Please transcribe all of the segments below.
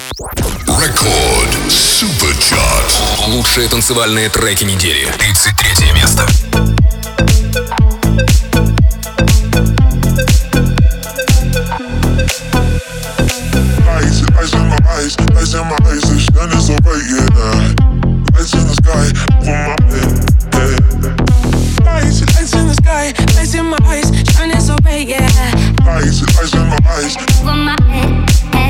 Рекорд Суперчарт. Лучшие танцевальные треки недели. 33 место. Lights in my eyes, the sun is so bright, yeah. Lights in the sky, over my head. Lights in the sky, lights in my eyes, shining so bright, yeah. Lights in my eyes, over my head.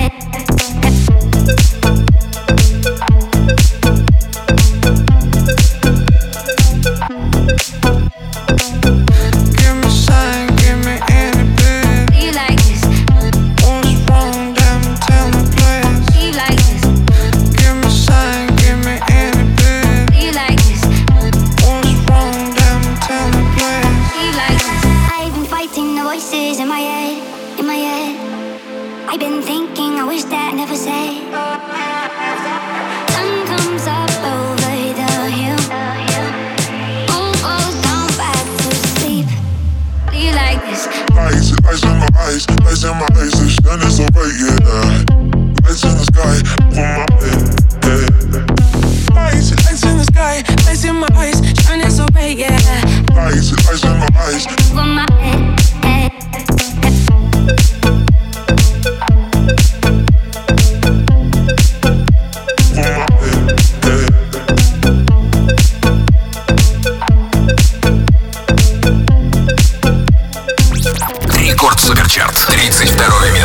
Lights in my eyes, the sun is so bright, yeah. Lights in the sky, over my head. Lights in the sky, lights in my eyes, shining so bright, yeah. Lights in my eyes, over my head. Рекорд Суперчарт. 32 место.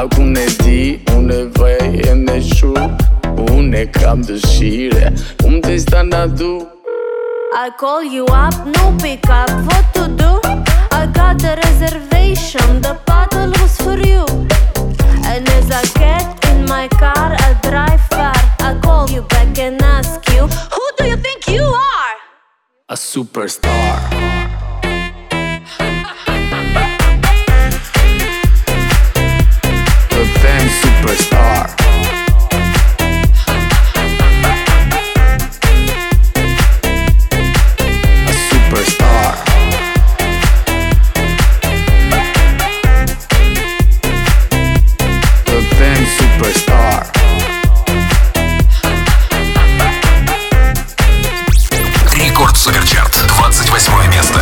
Ak unë e di, unë e vej e në shu. Unë e kam dëshire, unë të stana du. I call you up, no pick up, what to do? I got a reservation, the bottle was for you. And as I get in my car, I drive far. I call you back and ask you, who do you think you are? A superstar. A damn superstar. A superstar. A damn superstar. Рекорд Суперчарт, 28 место.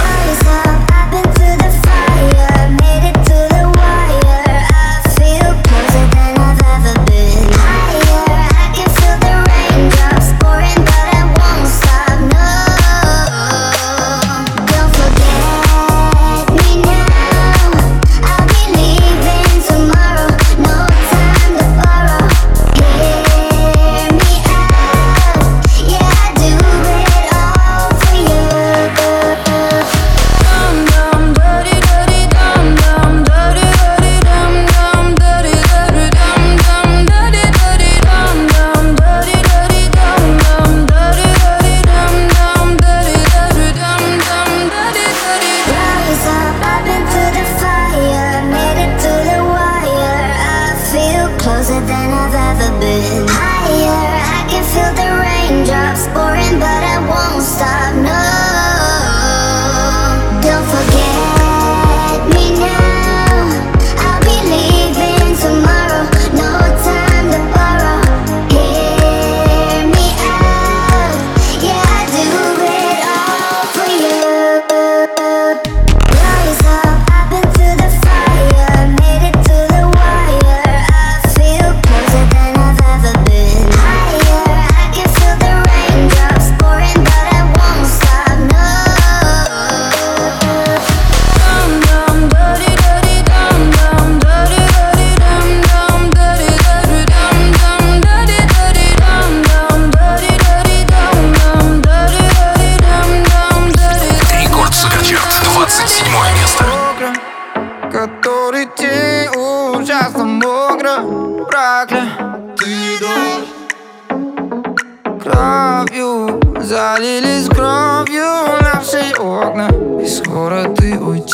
Залились кровью наши окна, и скоро ты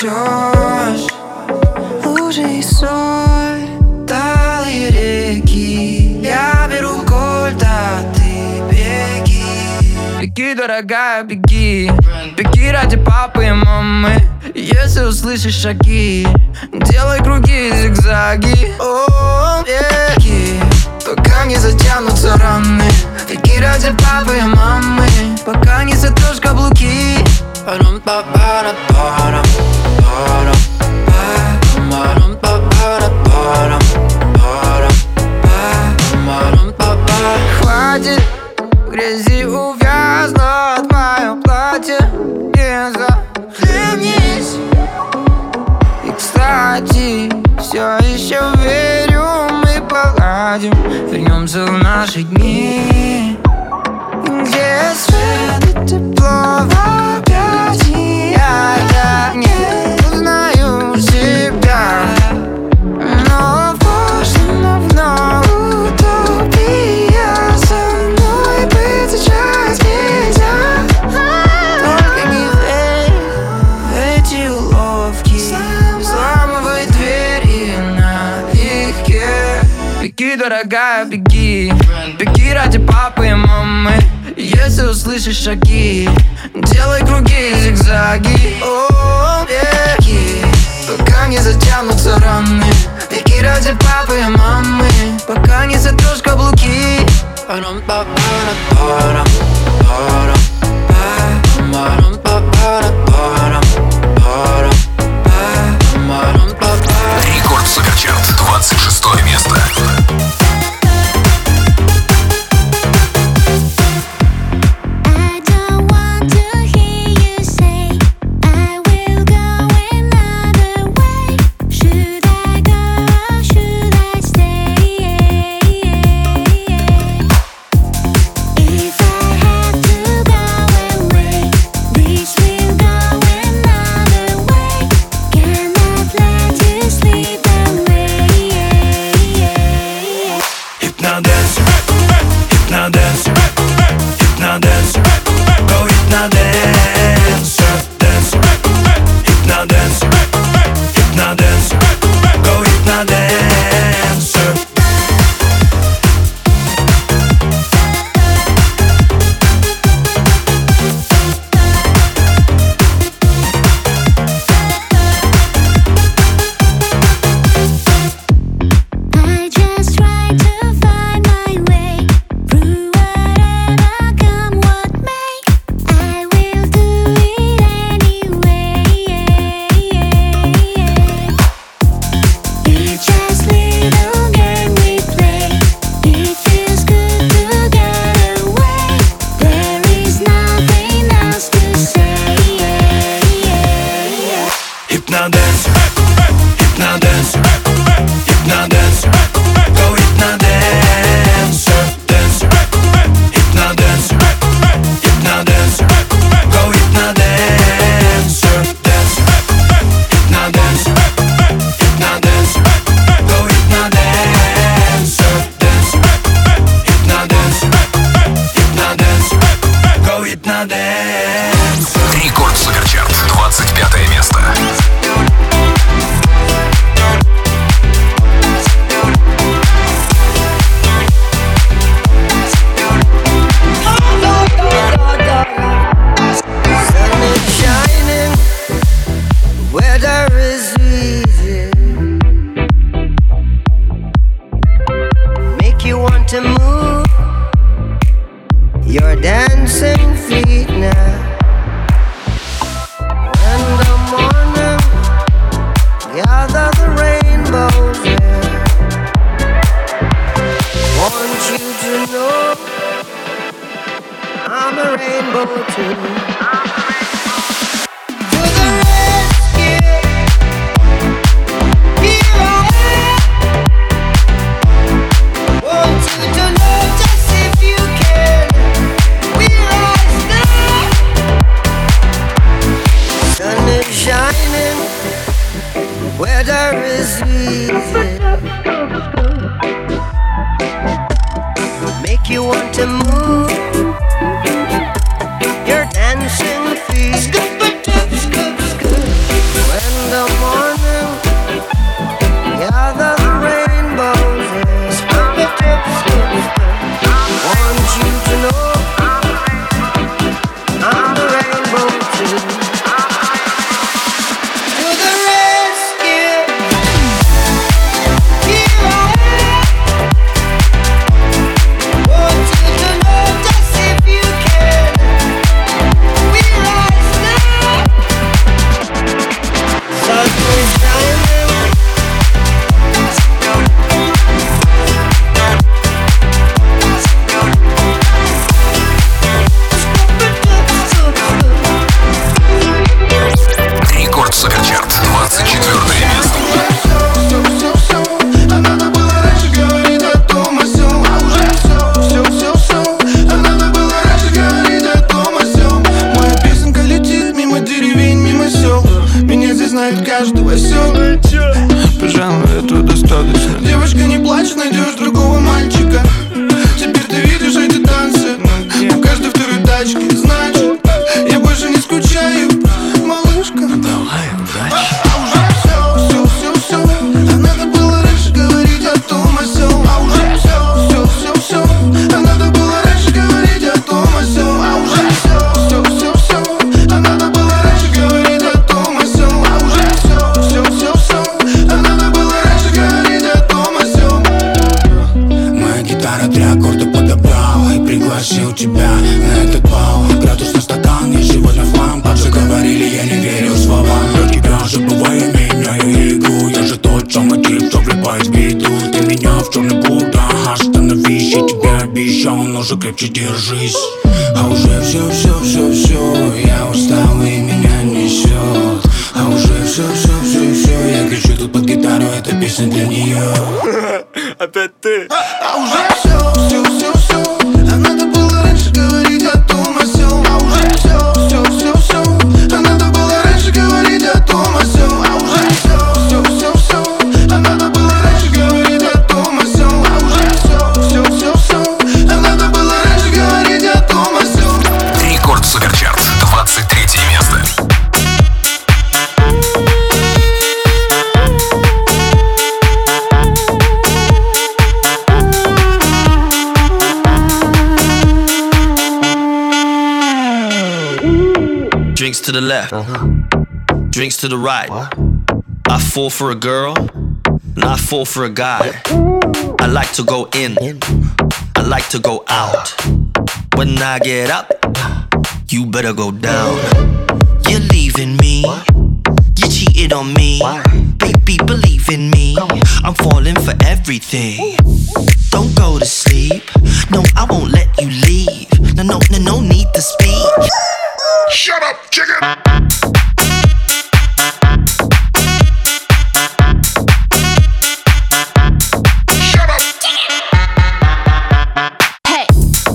уйдешь. Лужи и соль, талые реки. Я беру кольт, а ты беги. Беги, дорогая, беги. Беги ради папы и мамы. Если услышишь шаги, делай круги, зигзаги. О, беги, пока не затянутся раны. Беги ради папы и мамы, пока не сотрешь каблуки. Хватит грязи, увязла твое платье. Не захлебнись. И, кстати, все еще верю, мы поладим. Вернемся в наши дни, где свет и тепло в объятиях. Я не узнаю себя, но в прошлом давно утопия. Со мной быть сейчас нельзя. Только не верь в эти уловки, взламывай двери налегке. Беги, дорогая, беги. Беги ради папы и мамы. Если услышишь шаги, делай круги, зигзаги. О, беги, пока не затянутся раны. Беги ради папы и мамы, пока не сотрешь каблуки. Рекорд Суперчарт, 26 место. Should I to move your dancing feet now. In the morning, gather the rainbows there. Want you to know I'm a rainbow too. To the rescue, here I am. Want you to know just if you can. We're rise now. Sun is shining, weather is easy. Make you want to move your dancing feet. Scoop, scoop, scoop. When the morning gather the rainbows in. Scoop, scoop, scoop. Want you to know I'm the rainbow too. To the rescue, here I am. Want you to know just if you can. We rise now. Sun is shining. Рекорд Суперчарт, 24 место. А надо было раньше говорить о том, о сём. А уже все. А надо было раньше говорить о том, о сём. Моя песенка летит мимо деревень, мимо сел. Меня здесь знает каждый осел. Пожалуй, этого достаточно. Девочка, не плачь, найдешь другого мальчика. Теперь ты видишь эти танцы у каждой второй тачки. Значит, я больше не скучаю, малышка. Давай, удачи. А уже все. А надо было раньше говорить о том, о сём. А уже все. А надо было раньше говорить о том, о сём. А уже все. А надо было раньше говорить о том, о сём. А уже все. А надо было раньше говорить о том, о сём. Моя гитара 3 аккорда подобрала и пригласил тебя на этот бал. Градус на стакан, я сегодня в хлам. Папы говорили, я не верю словам. Про тебя забываю, меняю игру. Я же тот самый тип, что влипает в беду. Ты меня в черный гуд, остановись. Я тебе обещал, но же крепче держись. А уже все. Я устал и меня несет. А уже все. Я кричу тут под гитару, эта песня для нее. Опять ты. А уже все. А надо было раньше говорить о том, о сём. А уже все. А надо было раньше говорить о том, о сём. А уже все. А надо было раньше говорить о том, о сём. А уже все. А надо было раньше говорить о том, о сём. Рекорд Суперчарт, 23 место. Drinks to the left, drinks to the right. I fall for a girl, and I fall for a guy. I like to go in, I like to go out. When I get up, you better go down. You're leaving me, you cheated on me. Baby, believe in me, I'm falling for everything. Don't go to sleep, no, I won't let you leave. No need to speak. Shut up, chicken! Shut up! Hey.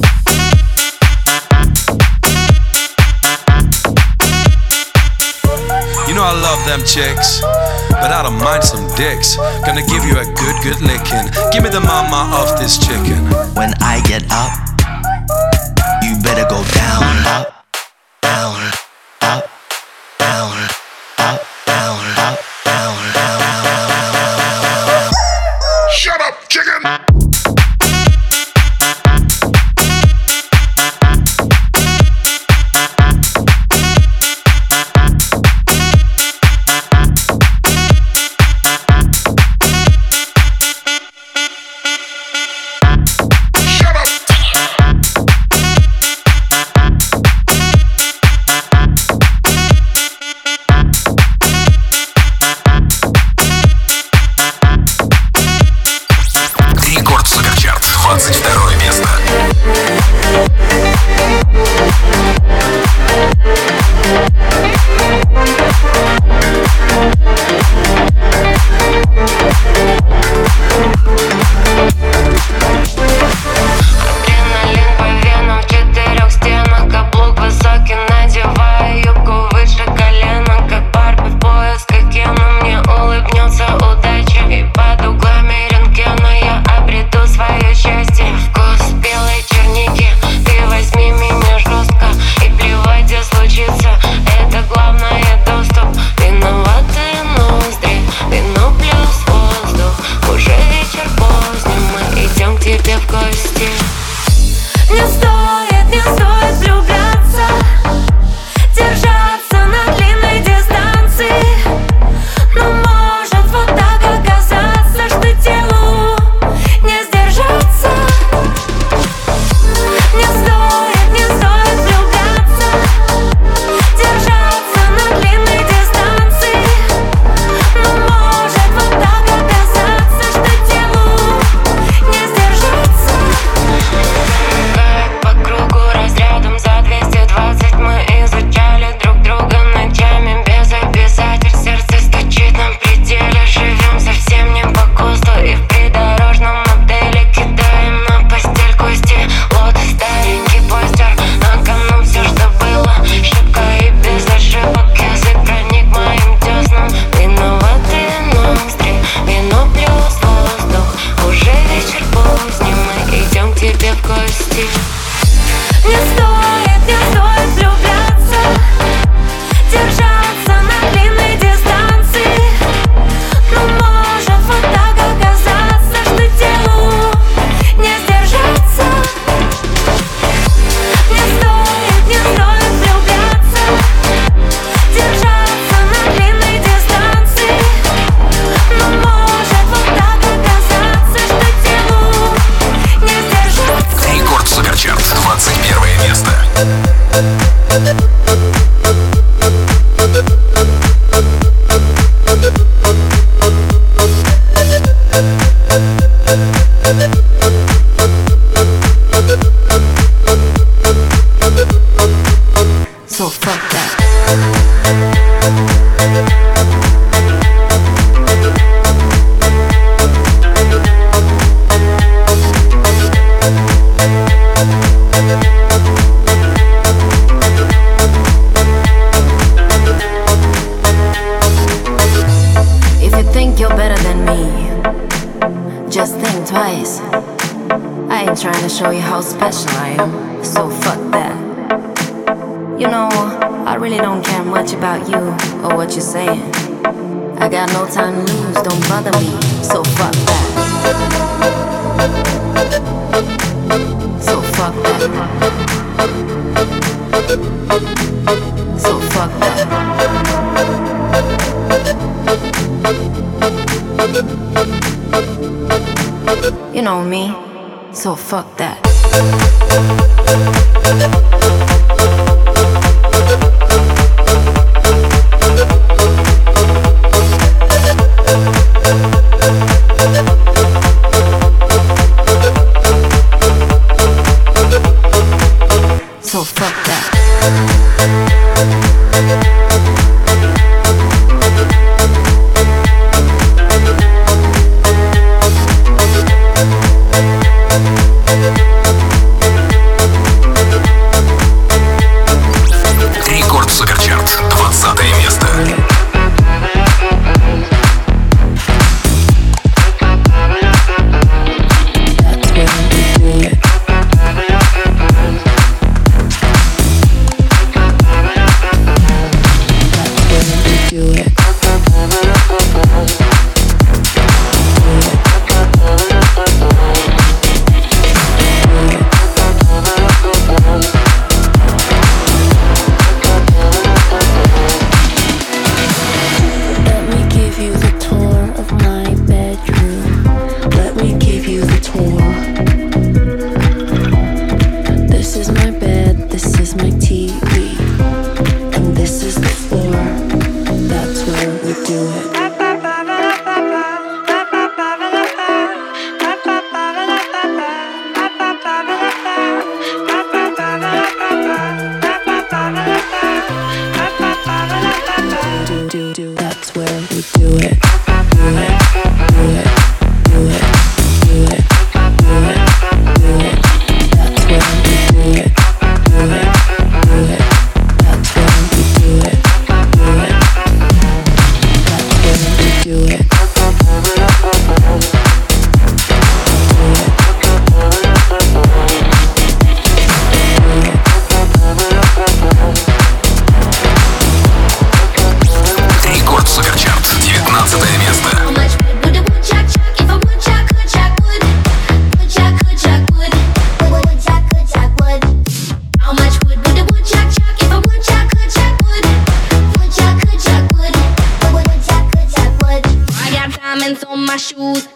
You know I love them chicks, but I don't mind some dicks. Gonna give you a good licking. Give me the mama of this chicken. When I get up, you better go down, up, down, up, down, up, down, up, down, down. Shut up, chicken! 22 место. Адреналин по венам в 4 стенах, каблук высокий надеваю, юбку выше колена, как Барби в поисках Кена. Мне улыбнется удача, и под углами рентгена я обрету свое счастье. Вкус белой черники, ты возьми меня жестко, и плевать, где случится, это главное доступ. Виноватые ноздри, вино плюс воздух, уже вечер поздний, мы идем к тебе в гости. Не стоит влюбляться, держаться на длинной дистанции. Но может вот так оказаться, что телу не сдержаться. Не стоит влюбляться, держаться на длинной дистанции. Но может вот так оказаться, что телу не сдержаться. По кругу разрядом за 220 мы изучали друг друга ночами без обязательств. Сердце стучит на пределе, живем совсем не по ГОСТу, и в придорожном модели кидаем на постель кости. Вот старенький постер, на кону все, что было, шибко и без ошибок. Язык проник моим деснам, виноватые ноздри, вино плюс воздух, уже вечер поздний, мы идем к тебе в гости. Не стоит влюбляться, держаться на длинной дистанции. Но может вот так оказаться, что телу не сдержаться. Не стоит влюбляться, держаться на длинной дистанции. Но может вот так оказаться, что телу не сдержаться. Рекорд Суперчарт, 21 место. So fuck that. If you think you're better than me, just think twice. I ain't trying to show you how special I am, so fuck that. You know, I really don't care much about you or what you're saying. I got no time to lose, don't bother me, so fuck that. So fuck that. So fuck that. You know me, so fuck that. So fuck that.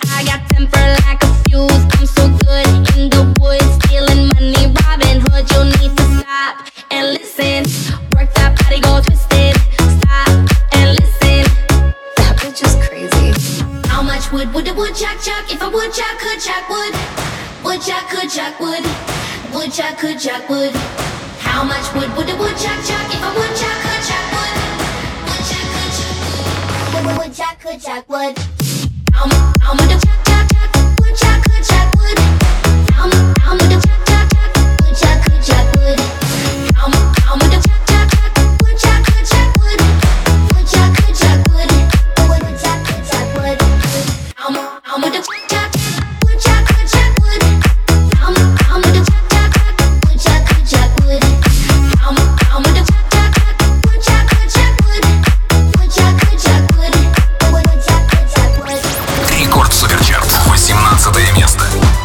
I got temper like a fuse. I'm so good in the woods, stealing money, Robin Hood. You need to stop and listen. Work that body, go twisted. Stop and listen. That bitch is crazy. How much wood would a woodchuck chuck if a woodchuck could chuck wood? Woodchuck could chuck wood. Woodchuck could chuck wood. How much wood would a woodchuck chuck if a woodchuck could chuck wood? Woodchuck could chuck wood. Woodchuck could chuck wood. How much a chuck chuck chuck? Woodchuck could chuck wood. How much a chuck chuck chuck? Woodchuck could chuck wood. How much a chuck chuck chuck? Woodchuck could chuck wood. Woodchuck could chuck wood. Woodchuck could chuck wood. How much a chuck chuck chuck? Woodchuck could chuck wood. How much a chuck chuck chuck? Woodchuck could chuck wood. How much a chuck chuck chuck? Woodchuck could chuck wood. Woodchuck could chuck wood. Woodchuck could chuck wood. Рекорд Суперчарт, 18 место.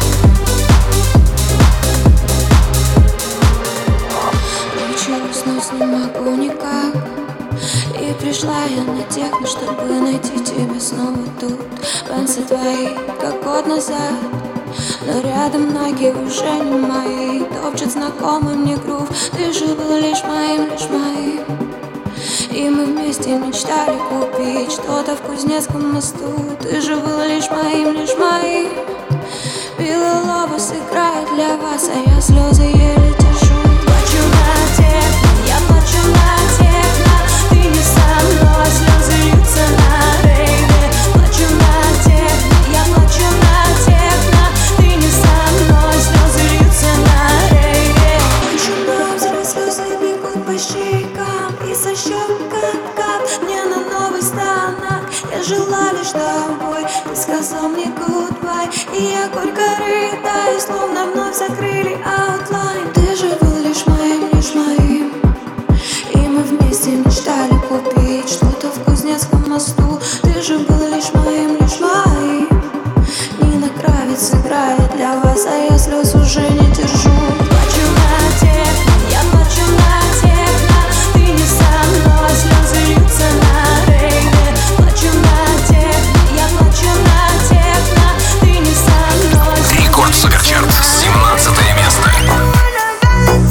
Ночью уснуть не могу никак. И пришла я на техно, чтобы найти тебя снова тут. Пальцы твои, как год назад, но рядом ноги уже не мои. Топчет знакомый мне грув. Ты же был лишь моим, лишь моим. И мы вместе мечтали купить что-то в Кузнецком мосту. Ты же был лишь моим, лишь моим. Белый лобос играет для вас, а я слезы еле держу. Плачу на техно, я плачу на техно. Ты не со мной, слезы льются на рейве. Плачу на техно, я плачу на техно. Ты не со мной, слезы льются на рейве. Плачу на взрыв, слезы бегут по щекам и со щек кап-кап мне на новый станок. Я жила лишь тобой, ты сказал мне goodbye, и я горько рыдаю, словно вновь закрыли аутлайн. Ты же был лишь моим, лишь моим. И мы вместе мечтали купить что-то в Кузнецком мосту. Ты же был лишь моим, лишь моим. Нина Кравец играет для вас, а я слез уже не держу. Плачу на техно, я плачу на техно. Ты не со мной, слезы льются на рейве. Плачу на техно, я плачу на техно. Ты не со мной. Рекорд Суперчарт, 17 место.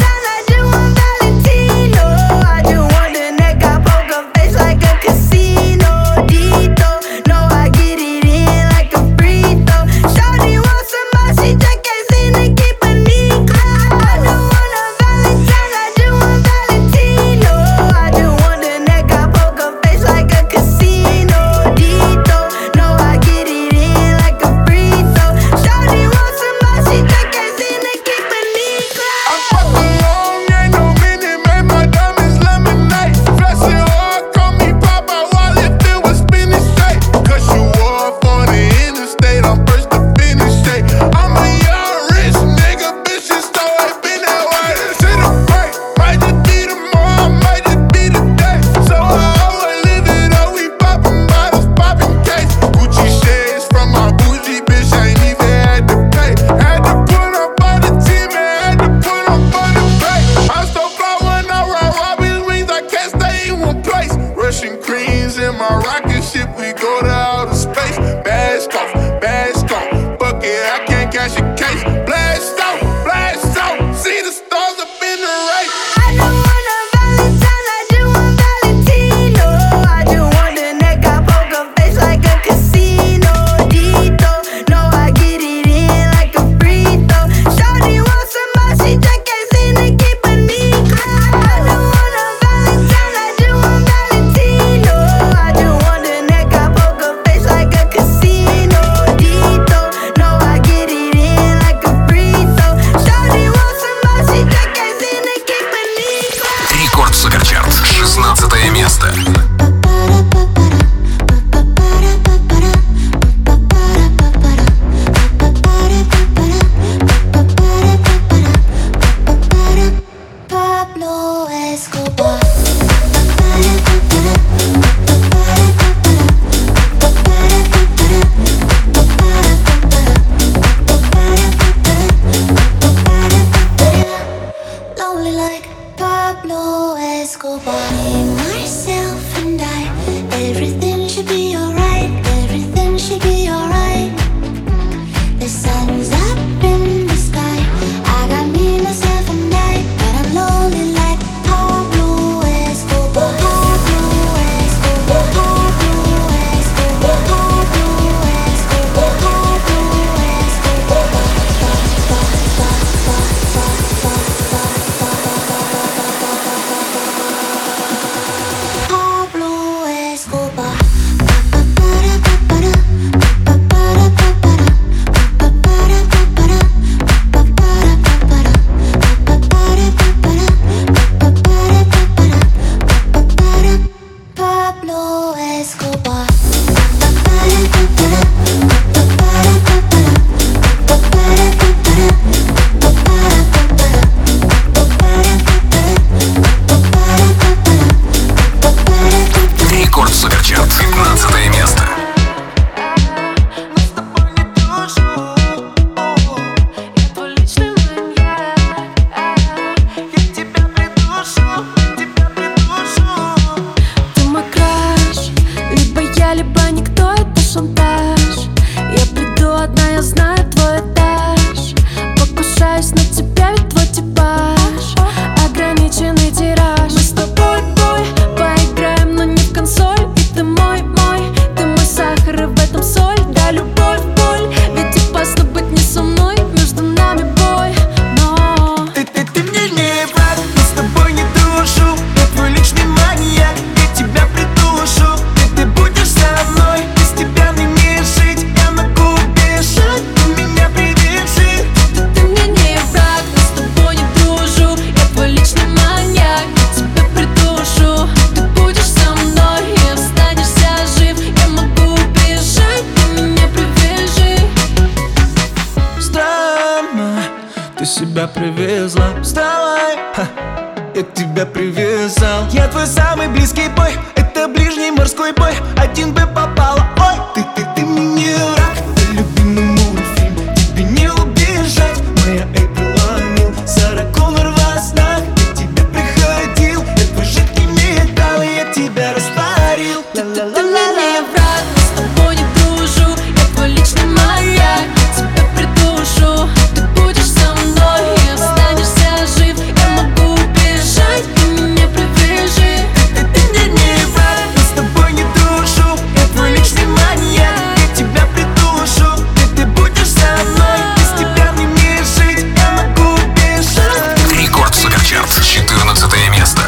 себя привезла. Вставай, я тебя привязал. Я твой самый близкий бой, это ближний морской бой. Один бы попала, ой, ты мне не враг. Это любимый мультфильм, тебе не убежать. Моя Эйприл Ламил, Сара Коннор во снах. Я тебе приходил, я твой жидкий металл, и я тебя растворил. Ты мне не враг, с тобой не дружу. Я твой личный маяк, тебя придушу. Ты будешь со мной и останешься жив. Я могу убежать, ты меня привяжи. Ты мне не враг, с тобой не дружу. Я твой личный маньяк, я тебя придушу. Ты будешь со мной, без тебя мне не жить. Я могу убежать. Рекорд Суперчарт, 14 место.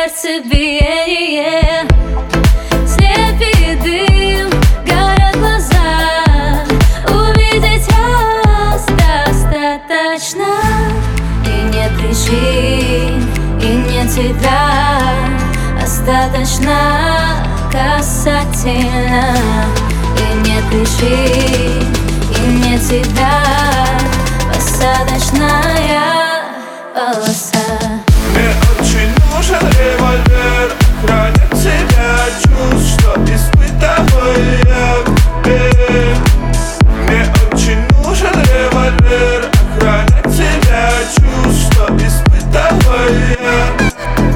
сердцебиение. Слепит дым, горят глаза, увидеть вас достаточно. И нет причин, и нет тебя, остаточно касательно. И нет причин, и нет тебя, посадочная полоса. Мне очень нужен револьвер, хранит в себя чувства, испытывая я к тебе. Мне очень нужен револьвер, хранит в себя чувства, испытывая я.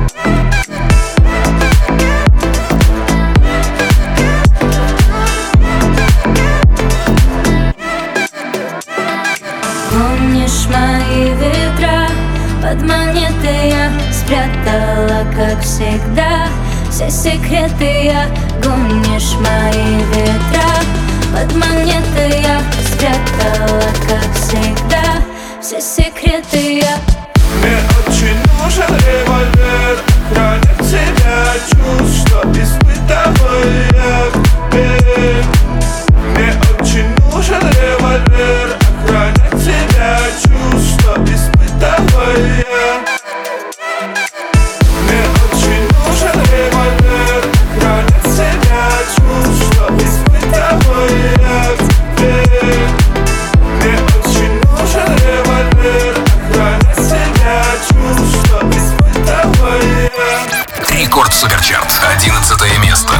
Помнишь мои ветра? Под монеты я спрятала, как всегда, все секреты я. Гонишь мои ветра? Под монеты я спрятала, как всегда, все секреты я. Мне очень нужен револьвер, хранит в себя чувства, испытывая я к тебе. Мне очень нужен револьвер, хранит в себя чувства, испытывая я. Мне очень нужен револьвер, хранит в себя чувства, испытывая я к тебе. Мне очень нужен револьвер, хранит в себя чувства, испытывая я. Рекорд Суперчарт, 11 место.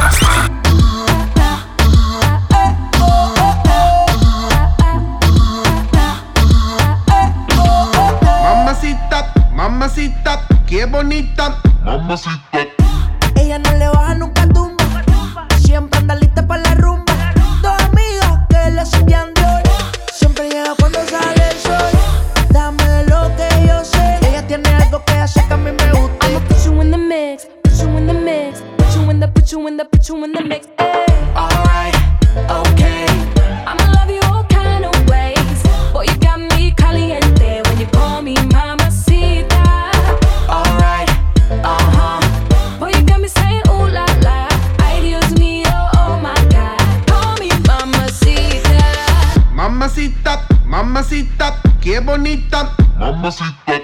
Mamacita, qué bonita. Mamacita. Ella no le baja nunca tumba. Siempre anda lista para la rumba. Dos amigas que le siguen de hoy. Siempre llega cuando sale el sol. Dame de lo que yo sé. Ella tiene algo que hace que a mí me guste. I'ma put you in the mix, put you in the mix, put you in the, put you in the, put you in the mix. Alright, okay. I'ma love you all kind of ways. Boy, you got me caliente when you call me mamacita. Alright, Boy, you got me saying ooh la la. Ay, Dios mío, oh my God. Call me mamacita. Mamacita, mamacita, qué bonita. Mamacita.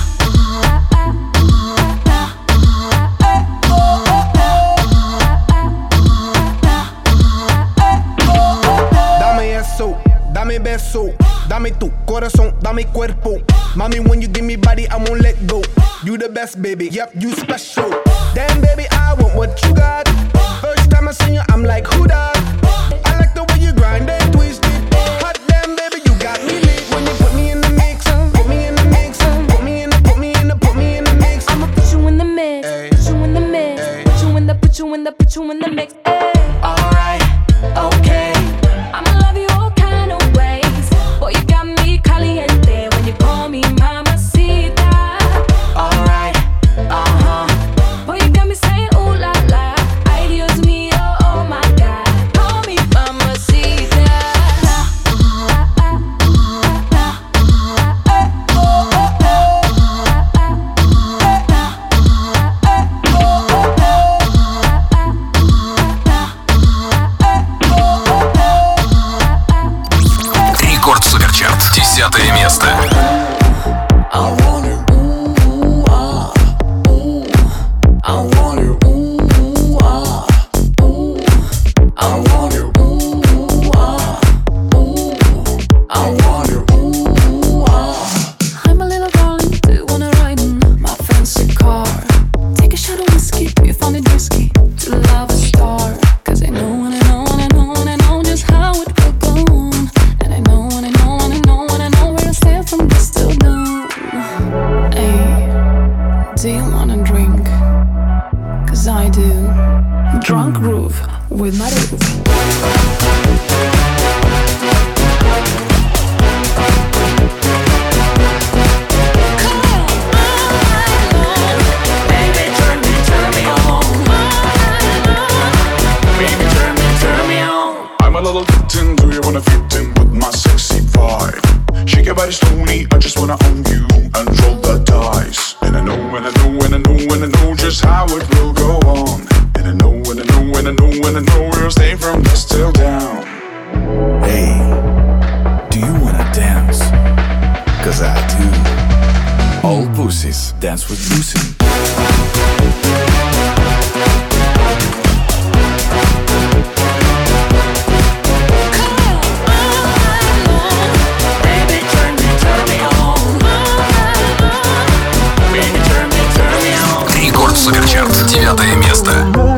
Dame eso, dame beso, dame tu corazón, dame cuerpo. Mommy, when you give me body, I won't let go. You the best, baby, yep, you special. Damn, baby, I want what you got. First time I seen you, I'm like, who that? I like the way you grind and twist it. Hot damn, baby, you got me lit. When you put me in the mix, put me in the mix, put me in the, put me in the, put me in the mix. I'ma put you in the mix, put you in the mix, put you in the, put you in the, put you in the mix. alright, okay. I'ma love you all kind of ways. Boy, you got me caliente when you call me mamacita. Alright, Boy, you got me saying ooh la la. Ay, Dios mío, oh my God. Call me mamacita. Рекорд Суперчарт, 10 место. I'm a little darling, do you wanna ride in my fancy car? Take a shot of whiskey, you found it risky to love a star. Cause I know and I know and I know and I know just how it will go on. And I know and I know and I know and I know where to stay from this till dawn. Hey, do you wanna drink? Cause I do. Drunk groove with my groove. I'm a little kitten, do you wanna fit in with my sexy vibe? Shake your body slowly, I just wanna own you and roll the dice. And I know, and I know, and I know and I know just how it will go on. And I know, and I know, and I know, and I know we'll stay from dusk till down. Hey, do you wanna dance? 'Cause I do. All pussies dance with Lucy. Рекорд Суперчарт, 9 место.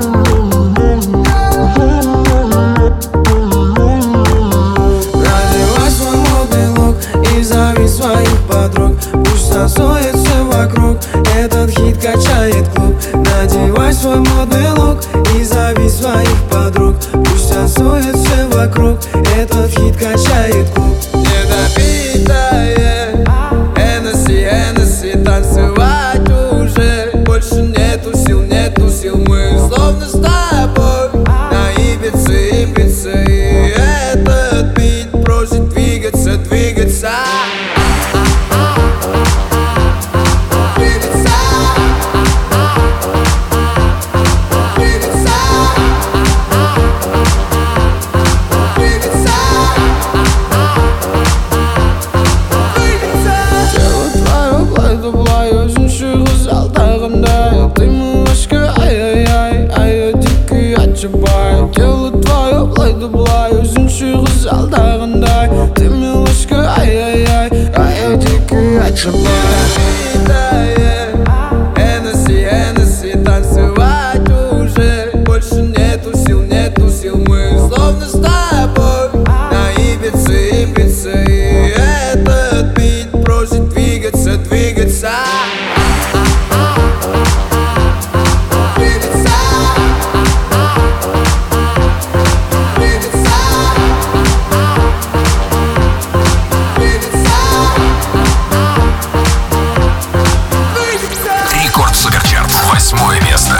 Надевай свой модный лук и зови своих подруг. Пусть танцует все вокруг, этот хит качает клуб. Надевай свой модный лук и зови своих подруг. Пусть танцует все вокруг, этот хит качает клуб. Недопитая Hennessy, Hennessy, танцевать уже больше нету сил, мы словно с тобой на Ибице, Ибице. И этот бит просит двигаться, двигаться. Тело твое плай-да-блай, өзінше қызалдағандай. Ты милашка, ай-яй-яй, ай-яй, дикий отшибай. Hennessy, Hennessy, танцевать уже больше нету сил, мы словно с тобой на Ибице, Ибице. И этот бит просит двигаться, двигаться. Рекорд Суперчарт, 8 место.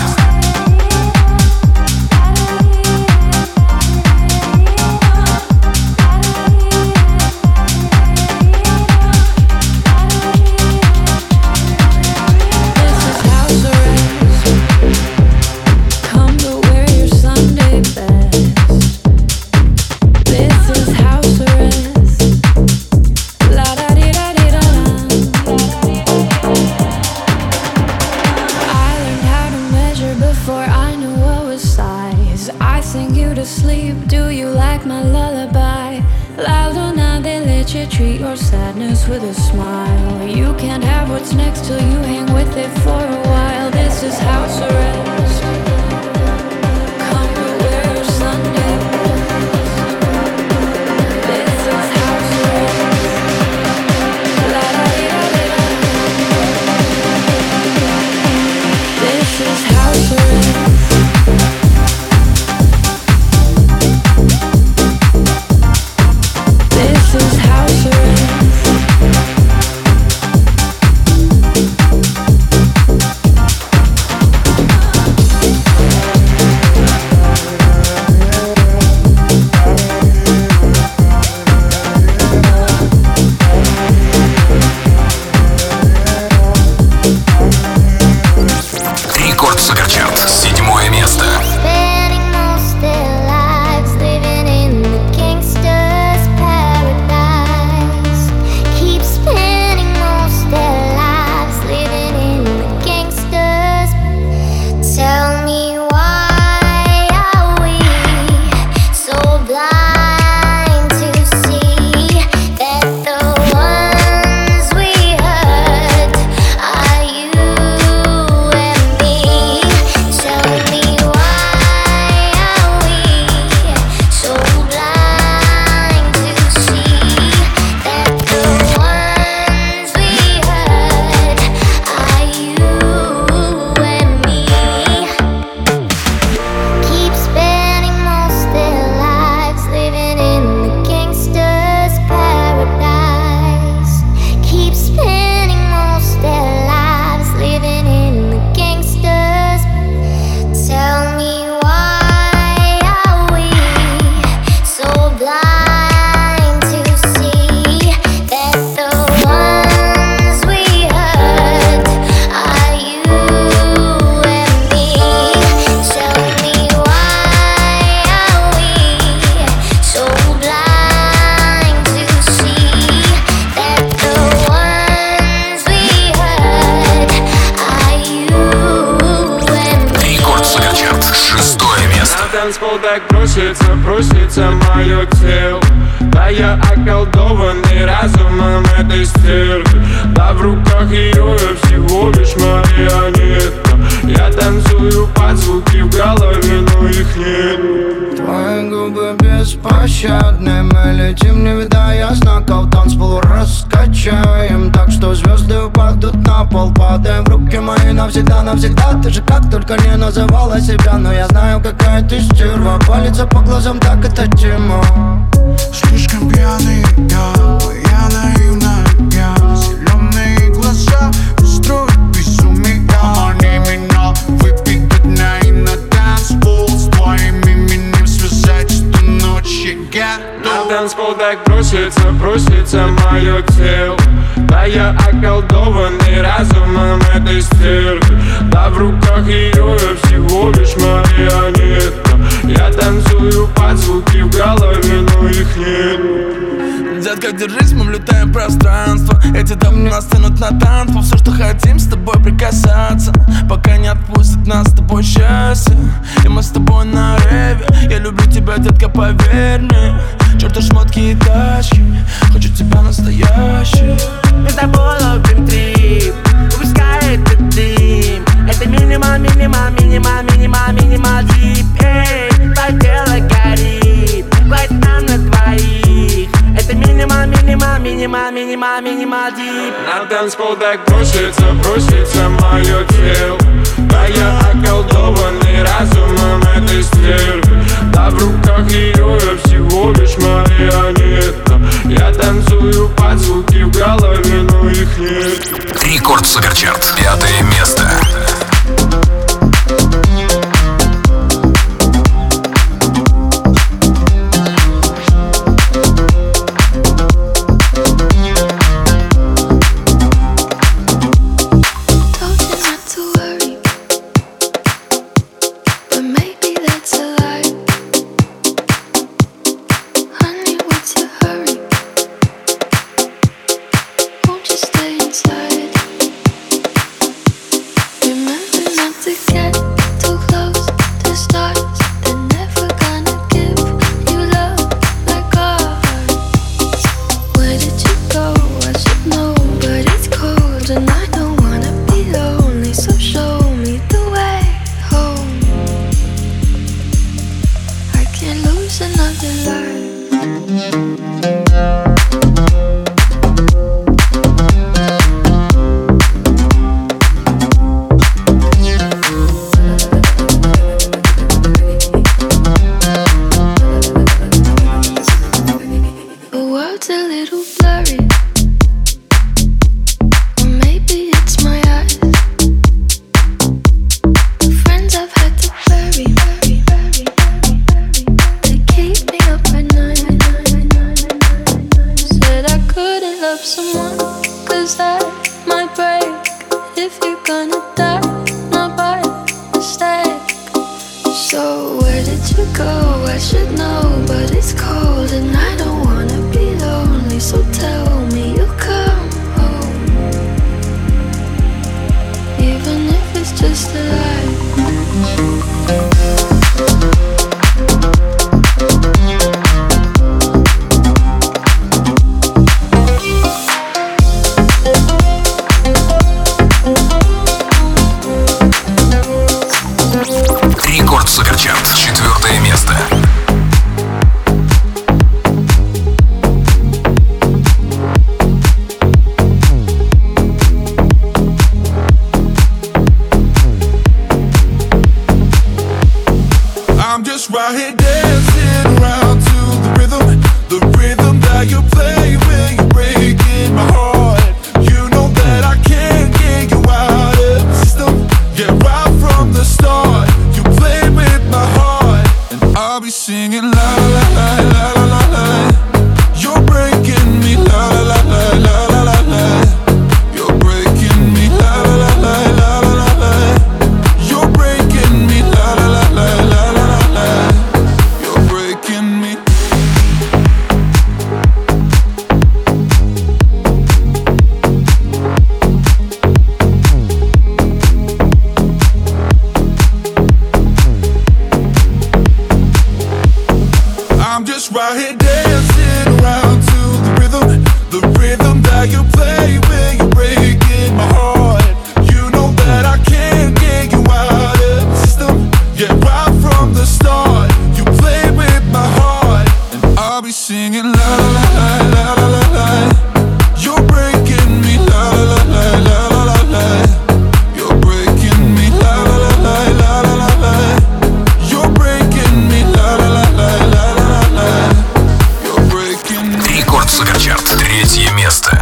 Treat your sadness with a smile. You can't have what's next till you hang with it for a while. This is house arrest. Come to wear your Sunday best. This is house arrest. La da di da di da. This is house arrest. This is house arrest. Рекорд Суперчарт, 7 место. Spending most their lives living in the gangster's paradise. Keep spending most their lives living in the gangster's. Tell me why are we so blind to see that the ones we hurt are you and me? танцпол так просится мое тело. Да я околдованный разумом этой стервы. Да в руках ее я всего лишь марионетка. Я танцую под звуки в голове, но их нет. Твои губы беспощадны, мы летим, не видая знаков. Танцпол раскачаем, так что звезды упадут на пол. Падаем в руки мои навсегда, навсегда. Ты же как только не называла себя, но я знаю, какая ты стерва. Палится по глазам, так это тема. Слишком пьяный я наивная я. Зеленые глаза устроят безумие. Они меня выпить до дня и на танцпол. С твоим именем связать эту ночь я готов. На танцпол так просится мое тело. Да я околдованный разумом этой стервы. Да в руках ее я всего лишь марионетка. Я танцую под звуки в голове, но их нет. Детка, держись, мы влетаем в пространство. Эти дамы нас тянут на танцпол. Все, что хотим, с тобой прикасаться, пока не отпустит нас с тобой счастье. И мы с тобой на реве. Я люблю тебя, детка, поверь мне. Чёрты шмотки и тачки, хочу тебя настоящий. Мы с тобой ловим трип, выпускай этот дым. Это минимал дип. Эй, твое тело горит, хватит нам на двоих. Это минимал дип. На танцпол так просится мое тело. Да я околдованный разумом этой стервы. Да в руках ее я всего лишь марионетка. Я танцую под звуки в голове, но их нет. Рекорд Суперчарт, 5 место. out here dancing around to the rhythm that you play when you're breaking my heart. You know that I can't get you out of the system. Yeah, right from the start, you play with my heart, and I'll be singing la la la la la la la. You're breaking me la la la la la la la. You're breaking me la la la la la la la la. You're breaking me la la la la la la la. You're breaking me. Рекорд Суперчарт, 3 место.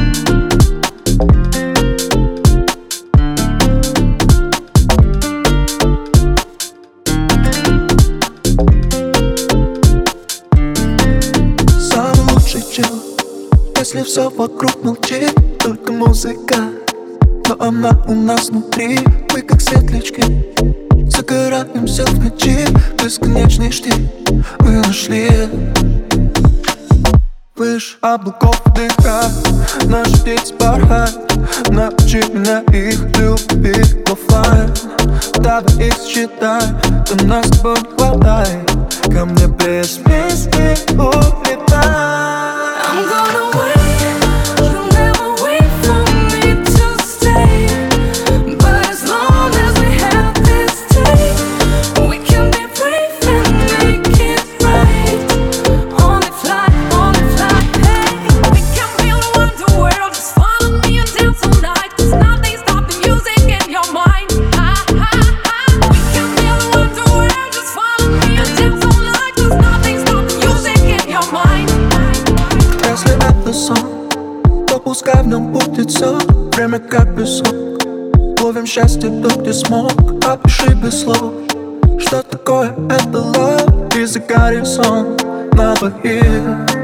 Самый лучший чел, если все вокруг молчит, только музыка, но она у нас внутри. Мы как светлячки, загораемся в ночи, бесконечный штиль мы нашли. Выше облаков дыха, наши птицы порхают. Научи меня их любить в оффлайн. Давай их считай, то нас с тобой не хватает. Ко мне без песни улетай. I'm gonna wait, you'll never wait for me to stay. But as long as we have this taste, we can be brave and make it right. On the fly, hey. We can build a wonder world, just follow me and dance all night. Cause nothing stops the music in your mind. We can build a wonder world, just follow me and dance all night. Cause nothing stops the music in your mind. Если это сон, то пускай в нем будет все. Время как песок, ловим счастье тут, где смог. Опиши без слов, что такое это love. И загорим сон на двоих.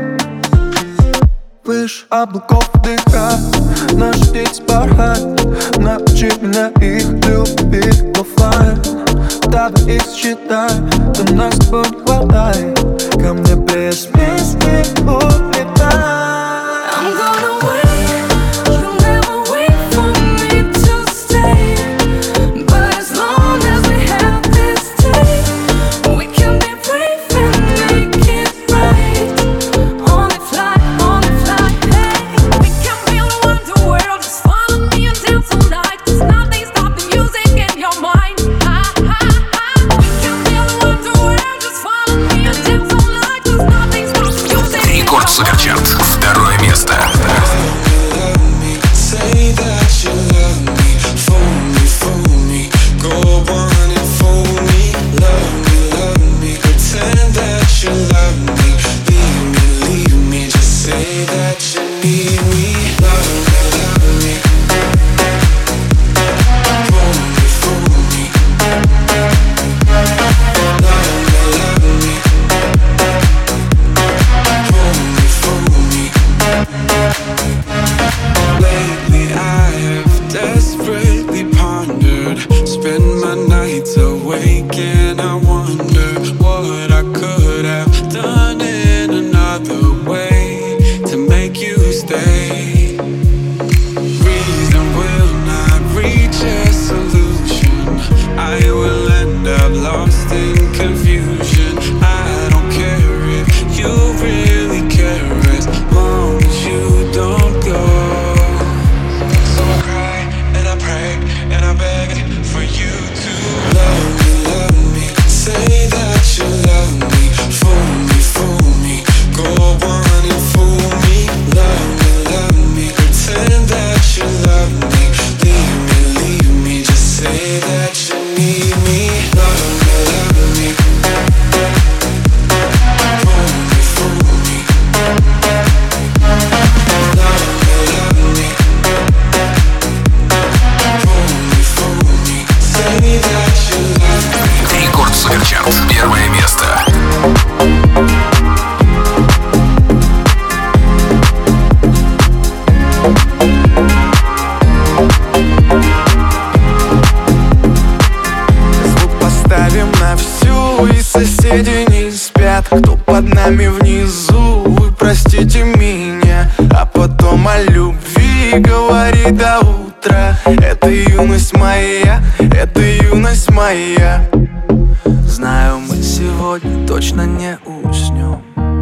Выше облаков дыха, наши птицы порхают. Научи меня их любить в оффлайн. Давай их считай, то нас с тобой не хватает. Ко мне без песни улетай. I'm gonna wait, you'll never wait for me to stay. But as long as we have this taste, we can be brave and make it right. On the fly, hey. We can build a wonder world, just follow me and dance all night. Cause nothing stops the music in your mind. We can build a wonder world, just follow me and dance all night. Cause nothing stops the music in your mind. Рекорд Суперчарт, 2 место. Say that you love me, fool me, go on and fool me. Love me, pretend that you love me. Leave me, just say that you need me. Love me, fool me. Love me, fool me. Lately I have desperately pondered, spend my nights awake and I wonder what I could have done in another way to make you stay. Reason will not reach a solution, I will end up lost in confusion. I don't care if you really care as long as you don't go. So I cry and I pray and I beg for you to love me. Say that you love me, fool me, go on and fool me. Love me, pretend that you love me. Leave me, just say that you need me. Love me, fool me. Love me, fool me. Say that you love me. Рекорд Суперчарт, 1 место. Звук поставим на всю, и соседи не спят. Кто под нами внизу, вы простите меня. А потом о любви говори до утра. Это юность моя, это юность моя. Знаю, мы сегодня точно не уснем.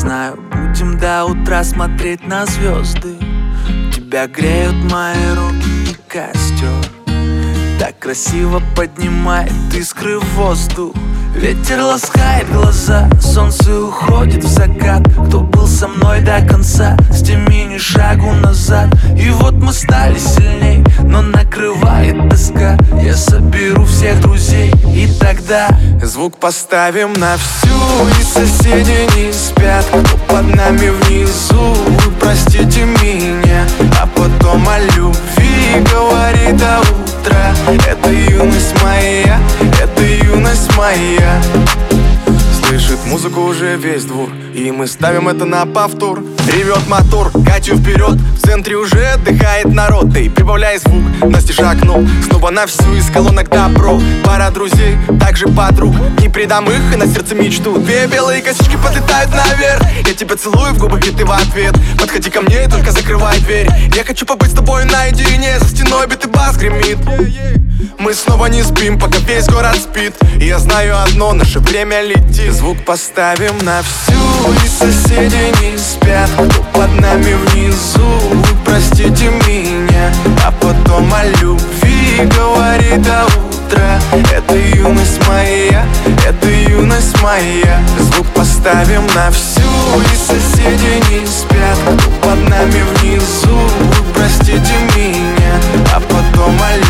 знаю, будем до утра смотреть на звезды. Тебя греют мои руки и костер так красиво поднимает искры в воздух. Ветер ласкает глаза, солнце уходит в закат. Кто был со мной до конца, с теми ни шагу назад. И вот мы стали сильней, но накрывает тоска. Я соберу всех друзей, и тогда звук поставим на всю, и соседи не спят. Кто под нами внизу, вы простите меня. А потом о любви говори до утра. Это юность моя, это юность моя. Слышит музыку уже весь двор, и мы ставим это на повтор. Ревет мотор, Катю вперед, в центре уже отдыхает народ. Ты прибавляй звук, Настя шагнул снова на всю, из колонок добро. Пара друзей, также подруг, не предам их и на сердце мечту. Две белые косички подлетают наверх, я тебя целую в губы, и ты в ответ. Подходи ко мне и только закрывай дверь. Я хочу побыть с тобой наедине, за стеной битый бас гремит. Мы снова не спим, пока весь город спит. И я знаю одно, наше время летит. Звук поставим на всю, и соседи не спят. Кто под нами внизу, вы простите меня. А потом о любви говори до утра. Это юность моя, это юность моя. Звук поставим на всю, и соседи не спят. Кто под нами внизу, вы простите меня. А потом о